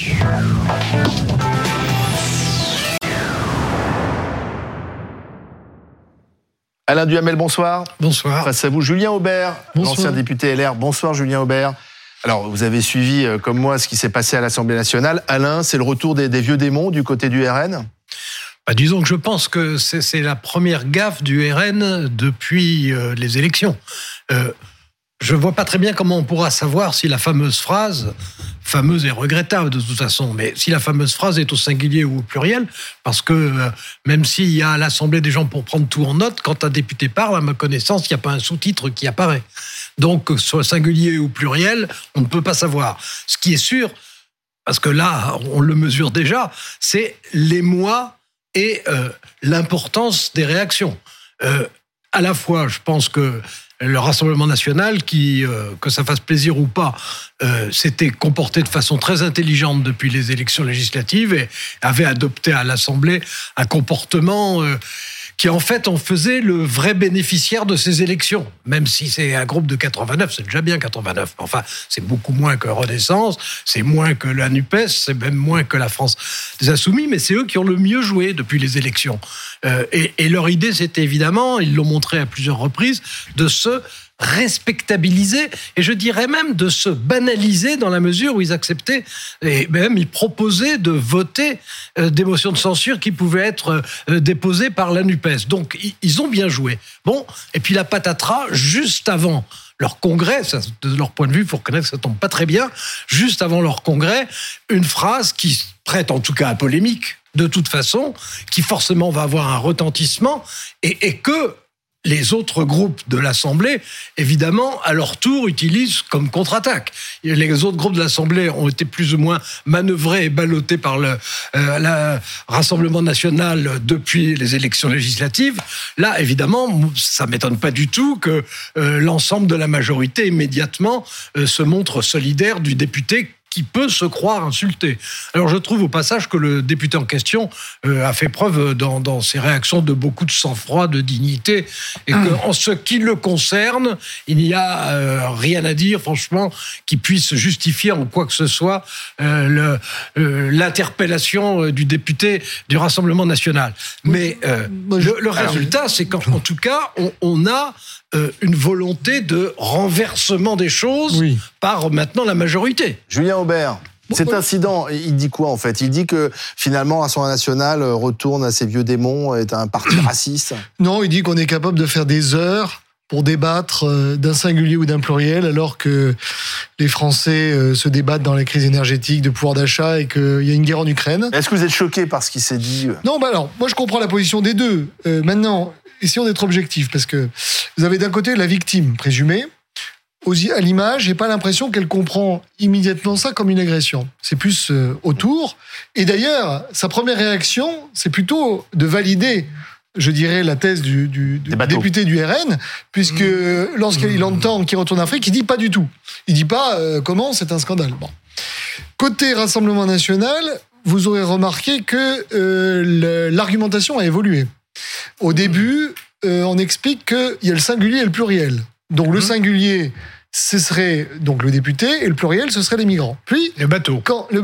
Alain Duhamel, bonsoir. Bonsoir. Face à vous, Julien Aubert, l'ancien député LR. Bonsoir, Julien Aubert. Alors, vous avez suivi, comme moi, ce qui s'est passé à l'Assemblée nationale. Alain, c'est le retour des vieux démons du côté du RN ? Disons que je pense que c'est la première gaffe du RN depuis les élections. Je ne vois pas très bien comment on pourra savoir si la fameuse phrase, fameuse et regrettable de toute façon, mais si la fameuse phrase est au singulier ou au pluriel, parce que même s'il y a à l'Assemblée des gens pour prendre tout en note, quand un député parle, à ma connaissance, il n'y a pas un sous-titre qui apparaît. Donc, que ce soit singulier ou pluriel, on ne peut pas savoir. Ce qui est sûr, parce que là, on le mesure déjà, c'est l'émoi et l'importance des réactions. À la fois, je pense que le Rassemblement national, que ça fasse plaisir ou pas, s'était comporté de façon très intelligente depuis les élections législatives et avait adopté à l'Assemblée un comportement qui en fait en faisait le vrai bénéficiaire de ces élections. Même si c'est un groupe de 89, c'est déjà bien 89. Enfin, c'est beaucoup moins que Renaissance, c'est moins que la NUPES, c'est même moins que la France des Insoumis, mais c'est eux qui ont le mieux joué depuis les élections. Et leur idée, c'était évidemment, ils l'ont montré à plusieurs reprises, de se respectabiliser, et je dirais même de se banaliser dans la mesure où ils acceptaient, et même ils proposaient de voter des motions de censure qui pouvaient être déposées par la NUPES. Donc ils ont bien joué. Bon, et puis la patatras, juste avant leur congrès, ça, de leur point de vue, il faut reconnaître que ça tombe pas très bien, juste avant leur congrès, une phrase qui prête en tout cas à polémique, de toute façon, qui forcément va avoir un retentissement, et que les autres groupes de l'Assemblée, évidemment, à leur tour, utilisent comme contre-attaque. Les autres groupes de l'Assemblée ont été plus ou moins manœuvrés et ballottés par le Rassemblement national depuis les élections législatives. Là, évidemment, ça ne m'étonne pas du tout que l'ensemble de la majorité, immédiatement, se montre solidaire du député qui peut se croire insulté. Alors je trouve au passage que le député en question a fait preuve dans ses réactions de beaucoup de sang-froid, de dignité, et qu'en ce qui le concerne, il n'y a rien à dire, franchement, qui puisse justifier en quoi que ce soit l'interpellation du député du Rassemblement national. Mais le résultat, c'est qu'en tout cas, on a une volonté de renversement des choses par maintenant la majorité. Julien Aubert, cet incident, il dit quoi en fait ? Il dit que finalement, Rassemblement national retourne à ses vieux démons, est un parti raciste ? Non, il dit qu'on est capable de faire des heures pour débattre d'un singulier ou d'un pluriel, alors que les Français se débattent dans la crise énergétique, de pouvoir d'achat, et qu'il y a une guerre en Ukraine. Est-ce que vous êtes choqué par ce qui s'est dit ? Non, alors, moi je comprends la position des deux. Maintenant, essayons d'être objectifs, parce que vous avez d'un côté la victime présumée. À l'image, j'ai pas l'impression qu'elle comprend immédiatement ça comme une agression. C'est plus autour. Et d'ailleurs, sa première réaction, c'est plutôt de valider, je dirais, la thèse du député du RN, puisque lorsqu'il entend qu'il retourne en Afrique, il dit pas du tout. Il dit pas comment, c'est un scandale. Bon. Côté Rassemblement national, vous aurez remarqué que l'argumentation a évolué. Au début, on explique qu'il y a le singulier et le pluriel. Donc le singulier, ce serait donc le député, et le pluriel, ce serait les migrants. Puis le bateau.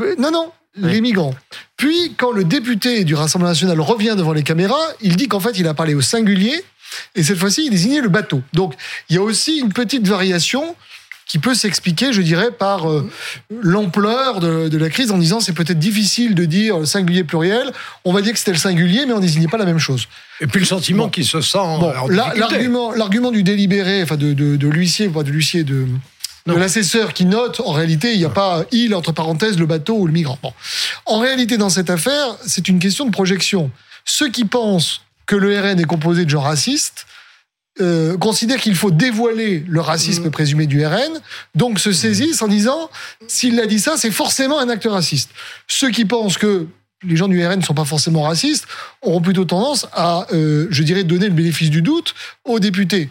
Les migrants. Puis, quand le député du Rassemblement national revient devant les caméras, il dit qu'en fait, il a parlé au singulier, et cette fois-ci, il désignait le bateau. Donc, il y a aussi une petite variation qui peut s'expliquer, je dirais, par l'ampleur de la crise, en disant c'est peut-être difficile de dire singulier pluriel. On va dire que c'était le singulier, mais on désignait pas la même chose. Et puis le sentiment qui se sent en l'argument du délibéré, enfin de l'huissier, pas de l'huissier, de l'assesseur qui note, en réalité, il n'y a pas il, entre parenthèses, le bateau ou le migrant. Bon. En réalité, dans cette affaire, c'est une question de projection. Ceux qui pensent que le RN est composé de gens racistes considèrent qu'il faut dévoiler le racisme présumé du RN, donc se saisissent en disant, s'il a dit ça, c'est forcément un acte raciste. Ceux qui pensent que les gens du RN ne sont pas forcément racistes auront plutôt tendance à, je dirais, donner le bénéfice du doute aux députés.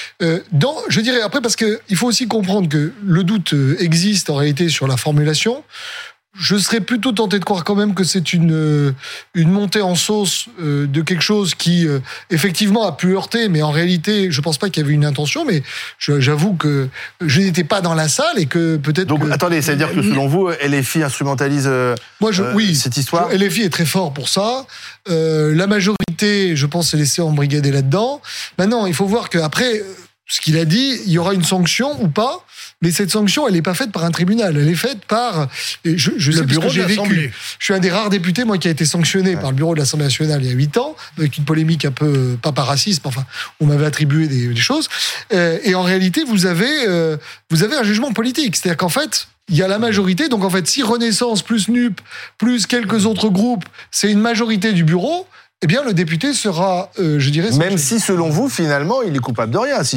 Je dirais après, parce qu'il faut aussi comprendre que le doute existe en réalité sur la formulation. je serais plutôt tenté de croire quand même que c'est une montée en sauce de quelque chose qui, effectivement, a pu heurter, mais en réalité, je pense pas qu'il y avait une intention, mais j'avoue que je n'étais pas dans la salle et que peut-être... Donc, attendez, ça veut dire que selon vous, LFI instrumentalise oui, cette histoire ? LFI est très fort pour ça. La majorité, je pense, s'est laissée embrigader là-dedans. Maintenant, il faut voir qu'après, ce qu'il a dit, il y aura une sanction ou pas. Mais cette sanction, elle n'est pas faite par un tribunal. Elle est faite par... Je sais bureau parce que j'ai de l'Assemblée. vécu. Je suis un des rares députés, moi, qui a été sanctionné par le bureau de l'Assemblée nationale il y a 8 ans, avec une polémique un peu, pas par racisme, enfin, on m'avait attribué des choses. Et en réalité, vous avez un jugement politique. C'est-à-dire qu'en fait, il y a la majorité. Donc, en fait, si Renaissance plus NUP, plus quelques autres groupes, c'est une majorité du bureau, eh bien, le député sera, je dirais... Même si, selon vous, finalement, il est coupable de rien.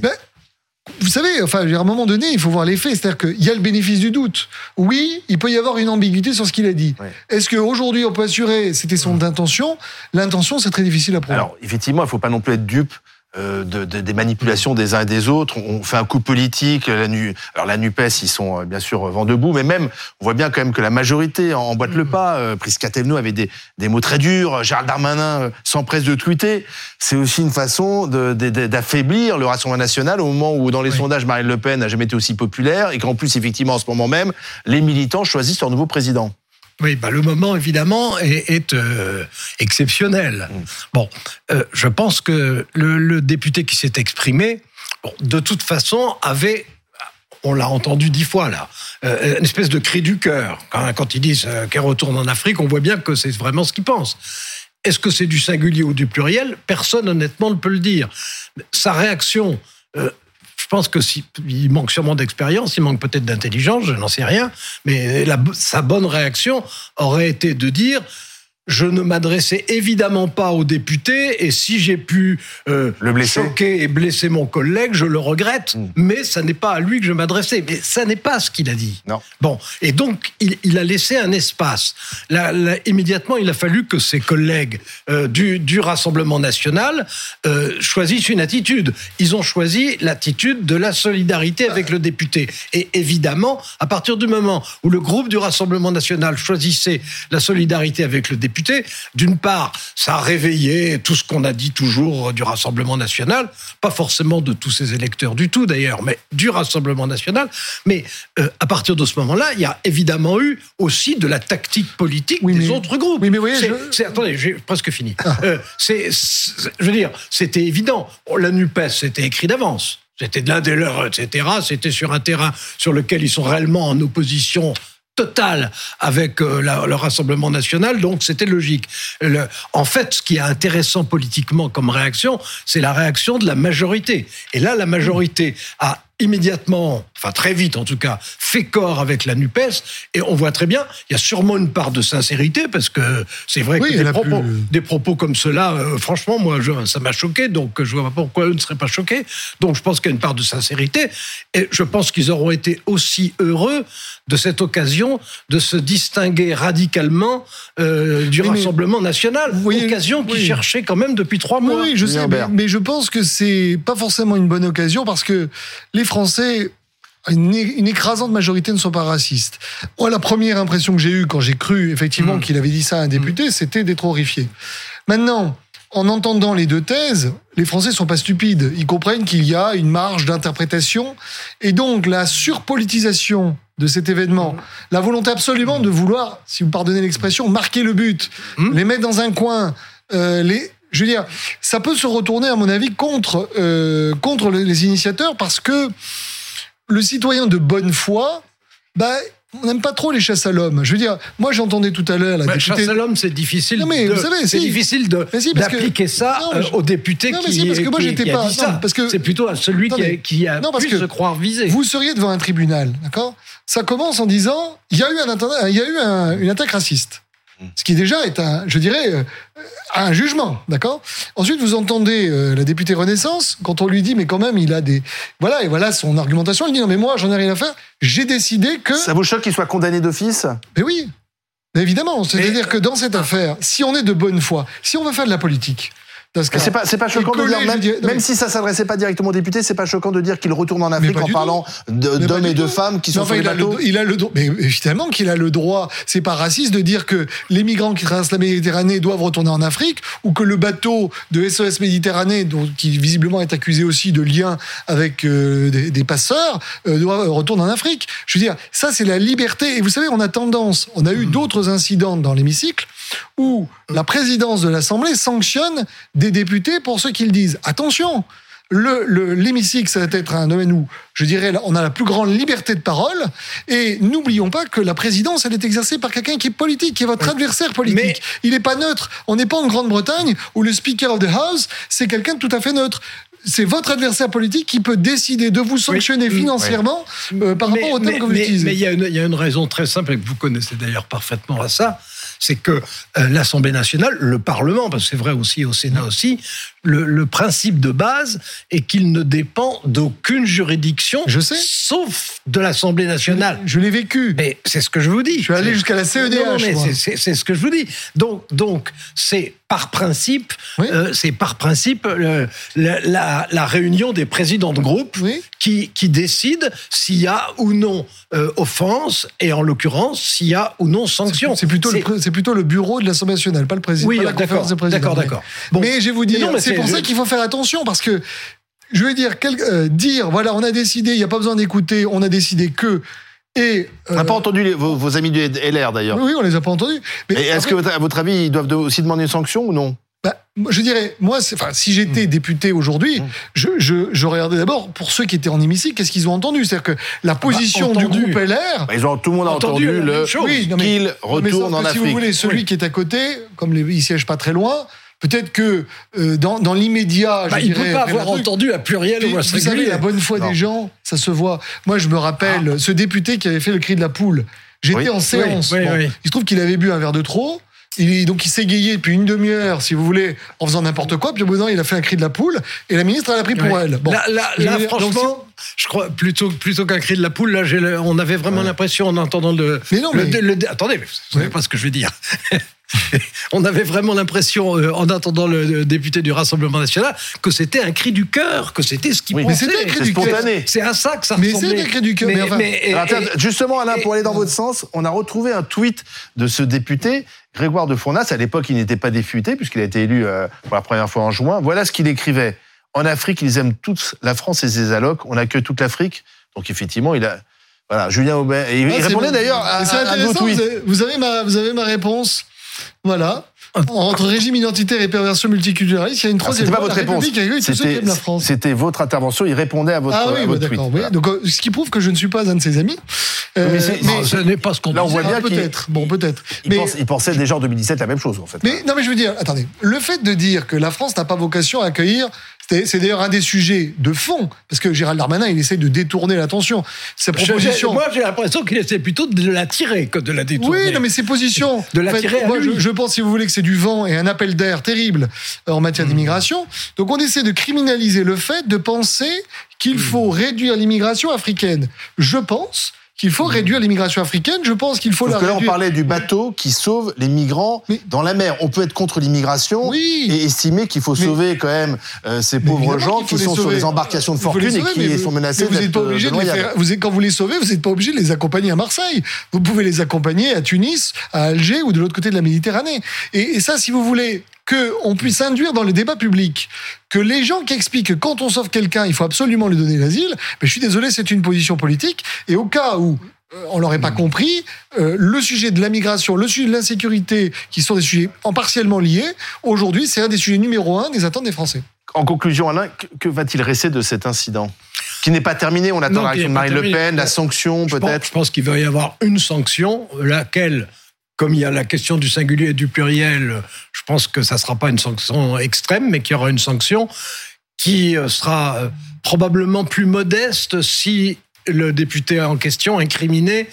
Vous savez, enfin, à un moment donné, il faut voir les faits. C'est-à-dire qu'il y a le bénéfice du doute. Oui, il peut y avoir une ambiguïté sur ce qu'il a dit. Ouais. Est-ce qu'aujourd'hui, on peut assurer c'était son intention ? L'intention, c'est très difficile à prouver. Alors, effectivement, il ne faut pas non plus être dupe des manipulations des uns et des autres. On fait un coup politique. Alors la NUPES, ils sont bien sûr vent debout, mais même, on voit bien quand même que la majorité emboîte le pas. Prisca Thévenot avait des mots très durs. Gérald Darmanin s'empresse de tweeter. C'est aussi une façon d'affaiblir le Rassemblement national au moment où, dans les sondages, Marine Le Pen n'a jamais été aussi populaire et qu'en plus, effectivement, en ce moment même, les militants choisissent leur nouveau président. Oui, le moment, évidemment, est exceptionnel. Bon, je pense que le député qui s'est exprimé, de toute façon, avait, on l'a entendu 10 fois là, une espèce de cri du cœur. Quand ils disent qu'elle retourne en Afrique, on voit bien que c'est vraiment ce qu'ils pensent. Est-ce que c'est du singulier ou du pluriel ? Personne, honnêtement, ne peut le dire. Sa réaction... Je pense qu'il manque sûrement d'expérience, il manque peut-être d'intelligence, je n'en sais rien, mais sa bonne réaction aurait été de dire « Je ne m'adressais évidemment pas au député, et si j'ai pu le blesser, choquer et blesser mon collègue, je le regrette, mais ça n'est pas à lui que je m'adressais. » Mais ça n'est pas ce qu'il a dit. Non. Bon, et donc, il a laissé un espace. Là, immédiatement, il a fallu que ses collègues du Rassemblement national choisissent une attitude. Ils ont choisi l'attitude de la solidarité avec le député. Et évidemment, à partir du moment où le groupe du Rassemblement national choisissait la solidarité avec le député, d'une part, ça a réveillé tout ce qu'on a dit toujours du Rassemblement national, pas forcément de tous ses électeurs du tout d'ailleurs, mais du Rassemblement national. Mais à partir de ce moment-là, il y a évidemment eu aussi de la tactique politique des autres groupes. Oui, mais voyez, attendez, j'ai presque fini. Je veux dire, c'était évident. La NUPES, c'était écrit d'avance. C'était de l'un des leurs, etc. C'était sur un terrain sur lequel ils sont réellement en opposition totale avec le Rassemblement national, donc c'était logique. En fait, ce qui est intéressant politiquement comme réaction, c'est la réaction de la majorité. Et là, la majorité a immédiatement, enfin très vite en tout cas, fait corps avec la NUPES, et on voit très bien, il y a sûrement une part de sincérité, parce que c'est vrai que des propos comme cela, franchement, moi, ça m'a choqué, donc je vois pas pourquoi eux ne seraient pas choqués. Donc je pense qu'il y a une part de sincérité, et je pense qu'ils auront été aussi heureux de cette occasion de se distinguer radicalement du Rassemblement national, occasion qu'ils cherchaient quand même depuis 3 mois. Oui, je sais, mais je pense que c'est pas forcément une bonne occasion, parce que les Français, une écrasante majorité, ne sont pas racistes. Moi, la première impression que j'ai eue quand j'ai cru effectivement qu'il avait dit ça à un député, c'était d'être horrifié. Maintenant, en entendant les deux thèses, les Français ne sont pas stupides. Ils comprennent qu'il y a une marge d'interprétation. Et donc, la surpolitisation de cet événement, la volonté absolument de vouloir, si vous pardonnez l'expression, marquer le but, les mettre dans un coin, je veux dire, ça peut se retourner, à mon avis, contre les initiateurs, parce que le citoyen de bonne foi, on n'aime pas trop les chasses à l'homme. Je veux dire, moi j'entendais tout à l'heure la députée... Chasse à l'homme, c'est difficile. Non, mais vous savez, c'est difficile d'appliquer ça aux députés qui a dit ça. Parce que c'est plutôt à celui qui a pu se croire visé. Vous seriez devant un tribunal, d'accord ? Ça commence en disant, il y a eu une attaque raciste. Ce qui déjà est un jugement, d'accord ? Ensuite, vous entendez la députée Renaissance, quand on lui dit, mais quand même, il a des... Voilà son argumentation, elle dit, non mais moi, j'en ai rien à faire, j'ai décidé que... Ça vous choque qu'il soit condamné d'office ? Mais oui, mais évidemment, c'est-à-dire que dans cette affaire, si on est de bonne foi, si on veut faire de la politique, Daskar. C'est pas choquant de dire, même si ça s'adressait pas directement aux députés, c'est pas choquant de dire qu'il retourne en Afrique en parlant d'hommes et de femmes qui sont sur les bateaux. Il a le droit, mais évidemment qu'il a le droit. C'est pas raciste de dire que les migrants qui traversent la Méditerranée doivent retourner en Afrique, ou que le bateau de SOS Méditerranée, qui visiblement est accusé aussi de lien avec des passeurs, doit retourner en Afrique. Je veux dire, ça c'est la liberté. Et vous savez, on a eu d'autres incidents dans l'hémicycle où la présidence de l'Assemblée sanctionne des députés pour ce qu'ils disent. Attention, l'hémicycle, ça va être un domaine où, je dirais, on a la plus grande liberté de parole, et n'oublions pas que la présidence, elle est exercée par quelqu'un qui est politique, qui est votre adversaire politique. Mais il n'est pas neutre. On n'est pas en Grande-Bretagne où le Speaker of the House, c'est quelqu'un de tout à fait neutre. C'est votre adversaire politique qui peut décider de vous sanctionner financièrement par rapport au thème que vous utilisez. Mais il y a une raison très simple, et que vous connaissez d'ailleurs parfaitement à ça, c'est que l'Assemblée nationale, le Parlement, parce que c'est vrai aussi au Sénat aussi, le principe de base est qu'il ne dépend d'aucune juridiction, sauf de l'Assemblée nationale. Je l'ai vécu. Mais c'est ce que je vous dis. Je suis allé jusqu'à la CEDH. Non, mais c'est ce que je vous dis. Donc c'est par principe, la réunion des présidents de groupe qui décide s'il y a ou non offense, et en l'occurrence s'il y a ou non sanction. C'est plutôt le bureau de l'Assemblée nationale, pas le président, pas la conférence des présidents. D'accord. Bon. Mais je vais vous dire, c'est pour ça qu'il faut faire attention, parce que je vais dire voilà, on a décidé, il n'y a pas besoin d'écouter, on a décidé que. On n'a pas entendu vos amis du LR d'ailleurs. Oui, on les a pas entendus. Mais est-ce que, à votre avis, ils doivent aussi demander une sanction ou non ? Je dirais, moi, si j'étais député aujourd'hui, je regardais d'abord pour ceux qui étaient en hémicycle, qu'est-ce qu'ils ont entendu. C'est-à-dire que la position du groupe LR... tout le monde a entendu qu'il retourne en Afrique. Si vous voulez, celui qui est à côté, comme il ne siège pas très loin, peut-être que dans l'immédiat, il ne peut pas avoir entendu à pluriel ou à singulier. Vous savez, la bonne foi des gens, ça se voit. Moi, je me rappelle ce député qui avait fait le cri de la poule. J'étais en séance. Il se trouve qu'il avait bu un verre de trop. Donc il s'est égayé depuis une demi-heure, si vous voulez, en faisant n'importe quoi. Puis au bout d'un, il a fait un cri de la poule, et la ministre, elle a pris pour elle. Bon, là franchement, je crois plutôt qu'un cri de la poule. Là, on avait vraiment l'impression, en entendant attendez, vous savez pas ce que je veux dire. On avait vraiment l'impression, en attendant le député du Rassemblement national, que c'était un cri du cœur, que c'était ce qu'il pensait. Mais c'était un cri du cœur. C'est à ça que ça ressemblait. Mais c'est un cri du cœur. Justement, Alain, pour aller dans votre sens, on a retrouvé un tweet de ce député, Grégoire de Fournas. À l'époque, il n'était pas député, puisqu'il a été élu pour la première fois en juin. Voilà ce qu'il écrivait. En Afrique, ils aiment tous la France et ses allocs. On accueille toute l'Afrique. Donc effectivement, il a... Voilà, Julien Aubin. Et il répondait d'ailleurs à nos tweets. Vous avez ma réponse. Voilà. Entre régime identitaire et perversion multiculturaliste, il y a une troisième. C'était pas votre réponse. C'était votre intervention. Il répondait à votre tweet. Voilà. Donc, ce qui prouve que je ne suis pas un de ses amis. Mais ce n'est pas ce qu'on là, on voit bien peut-être. Peut-être. Il pensait déjà en 2017 la même chose, en fait. Mais je veux dire, attendez. Le fait de dire que la France n'a pas vocation à accueillir, c'est d'ailleurs un des sujets de fond, parce que Gérald Darmanin, il essaie de détourner l'attention. Ses propositions. Moi, j'ai l'impression qu'il essaie plutôt de la tirer que de la détourner. Oui, mais ses positions. De la tirer. Moi, je pense, si vous voulez, que c'est du vent et un appel d'air terrible en matière d'immigration. Donc, on essaie de criminaliser le fait de penser qu'il faut réduire l'immigration africaine. Je pense qu'il faut réduire l'immigration africaine. Je pense qu'il faut la réduire. Là, on parlait du bateau qui sauve les migrants dans la mer. On peut être contre l'immigration et estimer qu'il faut sauver quand même ces pauvres gens qui sont sur les embarcations de fortune et qui sont menacés d'être noyades. Quand vous les sauvez, vous n'êtes pas obligé de les accompagner à Marseille. Vous pouvez les accompagner à Tunis, à Alger ou de l'autre côté de la Méditerranée. Et ça, si vous voulez qu'on puisse induire dans le débat public que les gens qui expliquent que quand on sauve quelqu'un, il faut absolument lui donner l'asile, mais je suis désolé, c'est une position politique. Et au cas où on l'aurait pas compris, le sujet de la migration, le sujet de l'insécurité, qui sont des sujets partiellement liés, aujourd'hui, c'est un des sujets numéro 1 des attentes des Français. En conclusion, Alain, que va-t-il rester de cet incident ? Qui n'est pas terminé, on attend la réaction de Marine Le Pen, la sanction peut-être ? Je pense qu'il va y avoir une sanction, laquelle... Comme il y a la question du singulier et du pluriel, je pense que ça ne sera pas une sanction extrême, mais qu'il y aura une sanction qui sera probablement plus modeste si le député en question, incriminé,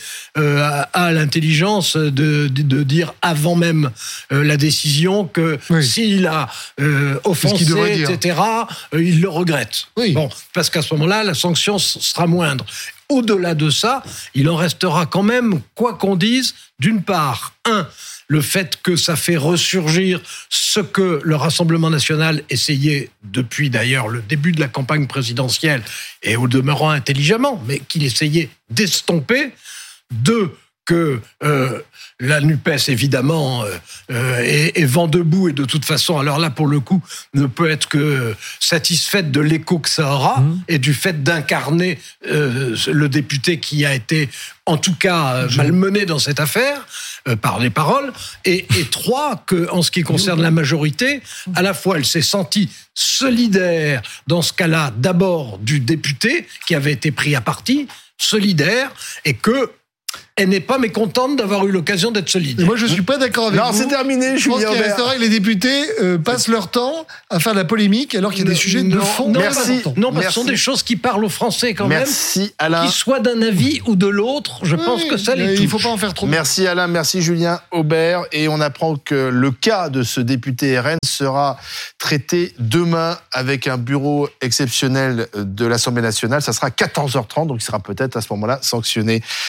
a l'intelligence de dire avant même la décision que s'il a offensé, etc., il le regrette. Oui. Bon, parce qu'à ce moment-là, la sanction sera moindre. Au-delà de ça, il en restera quand même, quoi qu'on dise, d'une part, le fait que ça fait ressurgir ce que le Rassemblement national essayait depuis d'ailleurs le début de la campagne présidentielle, et au demeurant intelligemment, mais qu'il essayait d'estomper. 2, que la NUPES, évidemment, est vent debout, et de toute façon, alors là, pour le coup, ne peut être que satisfaite de l'écho que ça aura, et du fait d'incarner le député qui a été, en tout cas, malmené dans cette affaire, par les paroles. Et 3, que, en ce qui concerne la majorité, à la fois, elle s'est sentie solidaire, dans ce cas-là, d'abord du député, qui avait été pris à partie, solidaire, et que elle n'est pas mécontente d'avoir eu l'occasion d'être solide. Et moi, je ne suis pas d'accord avec vous. Non, c'est terminé, Je pense Julien qu'il Aubert. resterait que les députés passent leur temps à faire de la polémique alors qu'il y a des sujets de fond. Merci. Non, parce que ce sont des choses qui parlent aux Français quand Merci Alain. même. Qu'ils soient d'un avis ou de l'autre, je pense que ça les touche. Il ne faut pas en faire trop. Merci Alain, merci Julien Aubert. Et on apprend que le cas de ce député RN sera traité demain avec un bureau exceptionnel de l'Assemblée nationale. Ça sera à 14h30, donc il sera peut-être à ce moment-là sanctionné.